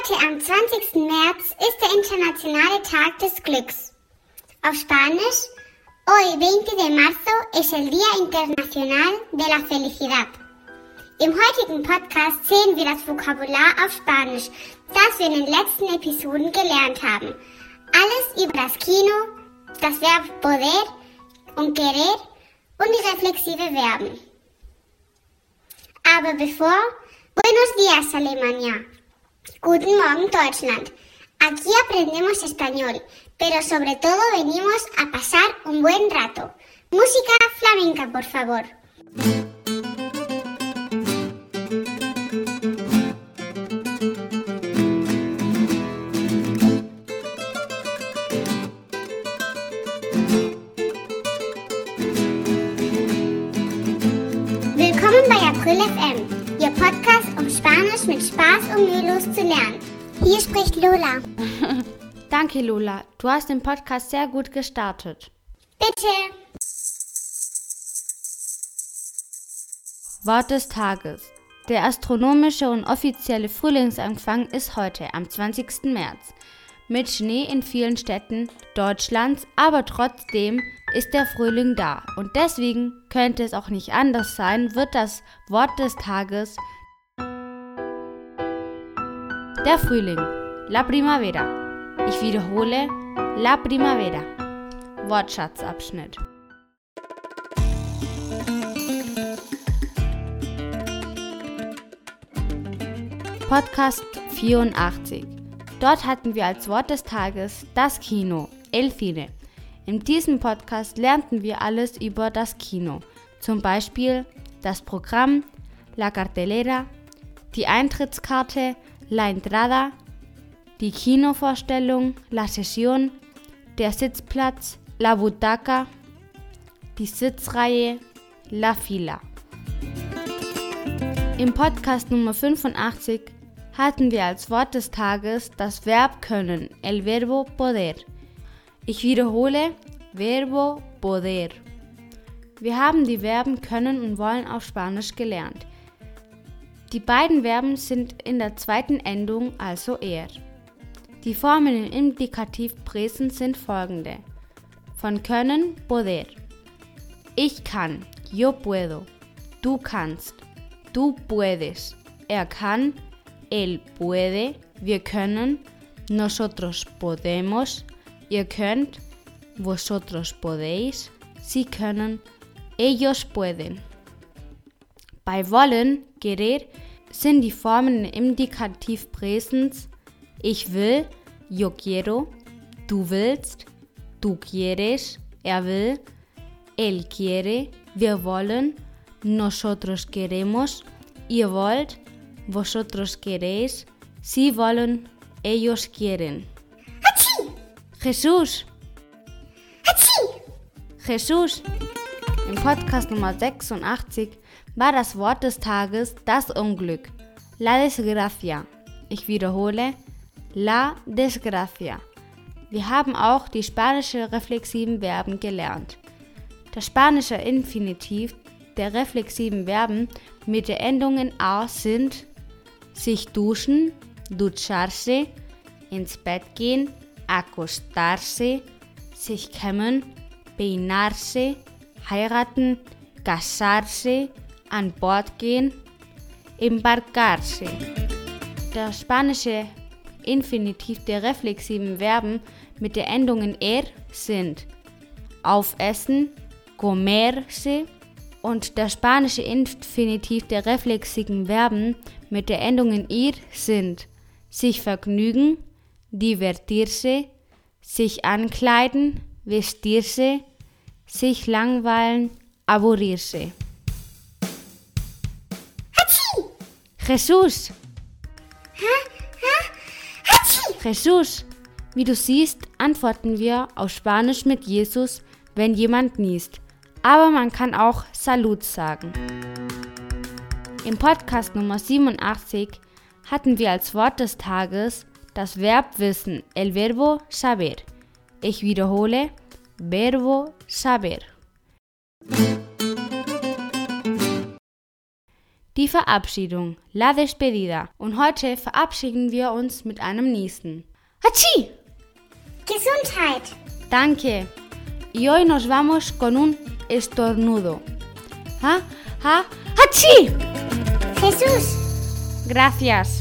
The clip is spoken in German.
Heute am 20. März ist der Internationale Tag des Glücks. Auf Spanisch, hoy 20 de marzo es el Día Internacional de la Felicidad. Im heutigen Podcast sehen wir das Vokabular auf Spanisch, das wir in den letzten Episoden gelernt haben. Alles über das Kino, das Verb poder und querer und die reflexive Verben. Aber bevor, buenos días Alemania. Guten Morgen Deutschland. Aquí aprendemos español, pero sobre todo venimos a pasar un buen rato. Música flamenca, por favor. Willkommen bei April FM, Ihr Podcast, um Spanisch mit Spaß und mühelos zu lernen. Hier spricht Lola. Danke, Lola. Du hast den Podcast sehr gut gestartet. Bitte. Wort des Tages. Der astronomische und offizielle Frühlingsanfang ist heute, am 20. März. Mit Schnee in vielen Städten Deutschlands, aber trotzdem ist der Frühling da. Und deswegen könnte es auch nicht anders sein, wird das Wort des Tages der Frühling. La primavera. Ich wiederhole, la primavera. Wortschatzabschnitt. Podcast 84. Dort hatten wir als Wort des Tages das Kino, el cine. In diesem Podcast lernten wir alles über das Kino. Zum Beispiel das Programm, la cartelera, die Eintrittskarte, la entrada, die Kinovorstellung, la sesión, der Sitzplatz, la butaca, die Sitzreihe, la fila. Im Podcast Nummer 85 hatten wir als Wort des Tages das Verb können, el verbo poder. Ich wiederhole, verbo poder. Wir haben die Verben können und wollen auf Spanisch gelernt. Die beiden Verben sind in der zweiten Endung, also er. Die Formen im Indikativ Präsens sind folgende. Von können, poder. Ich kann, yo puedo. Du kannst, du puedes. Er kann, él puede. Wir können, nosotros podemos. Ihr könnt, vosotros podéis. Sie können, ellos pueden. Bei wollen, querer, sind die Formen im Indikativ Präsens ich will, yo quiero, du willst, du quieres, er will, él quiere, wir wollen, nosotros queremos, ihr wollt, vosotros queréis, sie wollen, ellos quieren. Hatschi! Jesús! Hatschi! Jesús! Im Podcast Nummer 86 war das Wort des Tages das Unglück, la desgracia. Ich wiederhole, la desgracia. Wir haben auch die spanischen reflexiven Verben gelernt. Das spanische Infinitiv der reflexiven Verben mit den Endungen a sind sich duschen, ducharse, ins Bett gehen, acostarse, sich kämmen, peinarse, heiraten, casarse, an Bord gehen, embarcarse. Das spanische Infinitiv der reflexiven Verben mit den Endungen er sind aufessen, comerse und das spanische Infinitiv der reflexiven Verben mit den Endungen ir sind sich vergnügen, divertirse, sich ankleiden, vestirse, sich langweilen, aburrirse. Hatschi! Jesús! Hatschi! Jesús! Wie du siehst, antworten wir auf Spanisch mit Jesus, wenn jemand niest. Aber man kann auch Salud sagen. Im Podcast Nummer 87 hatten wir als Wort des Tages das Verb wissen, el verbo saber. Ich wiederhole, verbo saber. Die Verabschiedung, la despedida. Und heute verabschieden wir uns mit einem Niesen. ¡Hachi! Gesundheit. Danke. Y hoy nos vamos con un estornudo. ¡Ha! ¡Ha! ¡Hachi! Jesús. Gracias.